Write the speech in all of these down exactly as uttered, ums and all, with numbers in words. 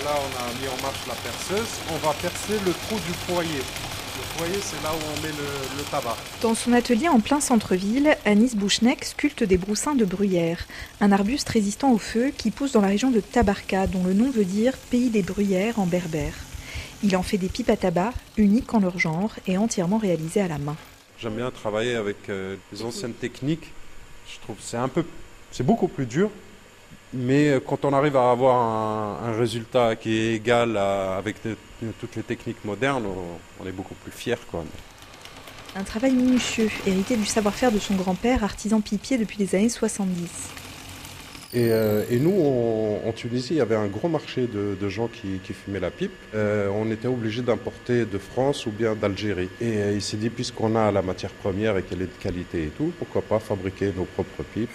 Là, on a mis en marche la perceuse. On va percer le trou du foyer. Le foyer, c'est là où on met le, le tabac. Dans son atelier en plein centre-ville, Anis Bouchnek sculpte des broussins de bruyère, un arbuste résistant au feu qui pousse dans la région de Tabarka, dont le nom veut dire « pays des bruyères » en berbère. Il en fait des pipes à tabac, uniques en leur genre et entièrement réalisées à la main. J'aime bien travailler avec euh, les anciennes techniques. Je trouve que c'est un peu, c'est beaucoup plus dur. Mais quand on arrive à avoir un, un résultat qui est égal à, avec de, de, toutes les techniques modernes, on, on est beaucoup plus fiers, quoi. Un travail minutieux, hérité du savoir-faire de son grand-père, artisan pipier depuis les années soixante-dix. Et, euh, et nous, on, en Tunisie, il y avait un gros marché de, de gens qui, qui fumaient la pipe. Euh, on était obligé d'importer de France ou bien d'Algérie. Et euh, il s'est dit, puisqu'on a la matière première et qu'elle est de qualité et tout, pourquoi pas fabriquer nos propres pipes.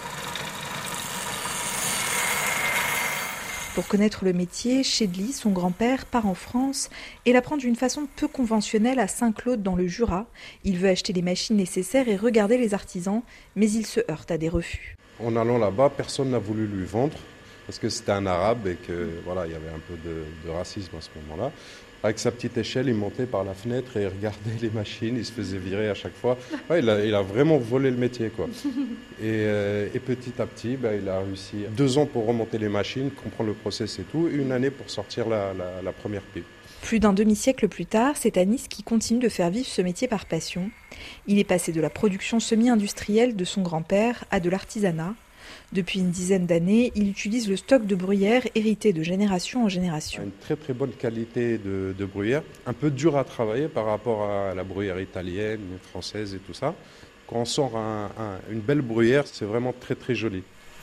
Pour connaître le métier, Chedli, son grand-père, part en France et l'apprend d'une façon peu conventionnelle à Saint-Claude dans le Jura. Il veut acheter les machines nécessaires et regarder les artisans, mais il se heurte à des refus. En allant là-bas, personne n'a voulu lui vendre parce que c'était un arabe et que voilà, il y avait un peu de, de racisme à ce moment-là. Avec sa petite échelle, il montait par la fenêtre et il regardait les machines, il se faisait virer à chaque fois. Ouais, il, a, il a vraiment volé le métier, quoi. Et, euh, et petit à petit, bah, il a réussi deux ans pour remonter les machines, comprendre le process et tout, et une année pour sortir la, la, la première pipe. Plus d'un demi-siècle plus tard, c'est Anis qui continue de faire vivre ce métier par passion. Il est passé de la production semi-industrielle de son grand-père à de l'artisanat. Depuis une dizaine d'années, il utilise le stock de bruyère hérité de génération en génération. Une très très bonne qualité de, de bruyère, un peu dur à travailler par rapport à la bruyère italienne, française et tout ça. Quand on sort un, un, une belle bruyère, c'est vraiment très très joli.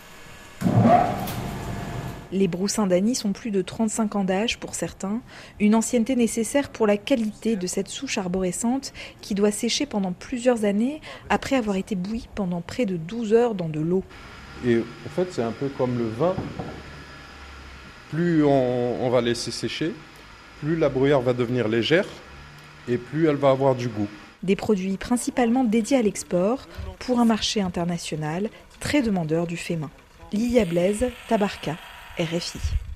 Les broussins d'Anis ont plus de trente-cinq ans d'âge pour certains, une ancienneté nécessaire pour la qualité de cette souche arborescente qui doit sécher pendant plusieurs années après avoir été bouillie pendant près de douze heures dans de l'eau. Et en fait, c'est un peu comme le vin. Plus on, on va laisser sécher, plus la bruyère va devenir légère et plus elle va avoir du goût. Des produits principalement dédiés à l'export pour un marché international très demandeur du fait main. Lilia Blaise, Tabarka, R F I.